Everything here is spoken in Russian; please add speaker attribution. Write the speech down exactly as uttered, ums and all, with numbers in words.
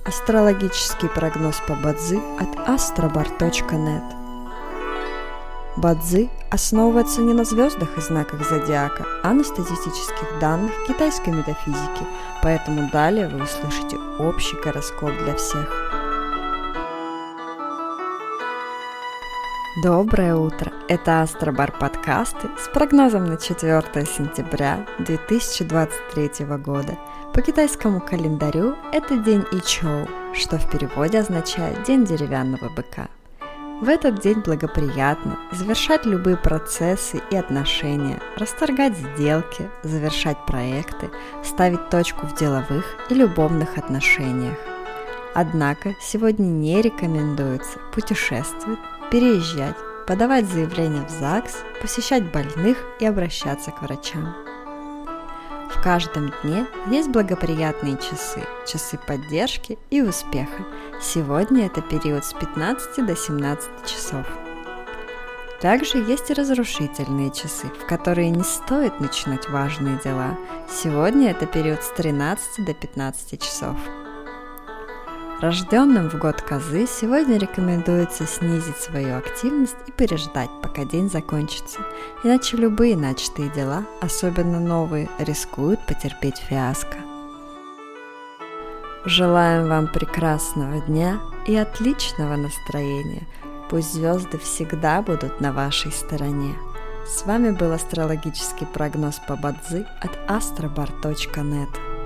Speaker 1: Астрологический прогноз по Бадзи от астробар точка нет. Бадзи основывается не на звездах и знаках зодиака, а на статистических данных китайской метафизики, поэтому далее вы услышите общий гороскоп для всех. Доброе утро! Это Астробар подкасты с прогнозом на четвёртое сентября две тысячи двадцать третьего года. По китайскому календарю это день Ичоу, что в переводе означает «день деревянного быка». В этот день благоприятно завершать любые процессы и отношения, расторгать сделки, завершать проекты, ставить точку в деловых и любовных отношениях. Однако сегодня не рекомендуется путешествовать, переезжать, подавать заявления в ЗАГС, посещать больных и обращаться к врачам. В каждом дне есть благоприятные часы, часы поддержки и успеха. Сегодня это период с пятнадцати до семнадцати часов. Также есть и разрушительные часы, в которые не стоит начинать важные дела. Сегодня это период с тринадцати до пятнадцати часов. Рожденным в год Козы сегодня рекомендуется снизить свою активность и переждать, пока день закончится, иначе любые начатые дела, особенно новые, рискуют потерпеть фиаско. Желаем вам прекрасного дня и отличного настроения. Пусть звезды всегда будут на вашей стороне. С вами был астрологический прогноз по Бадзи от астробар точка нет.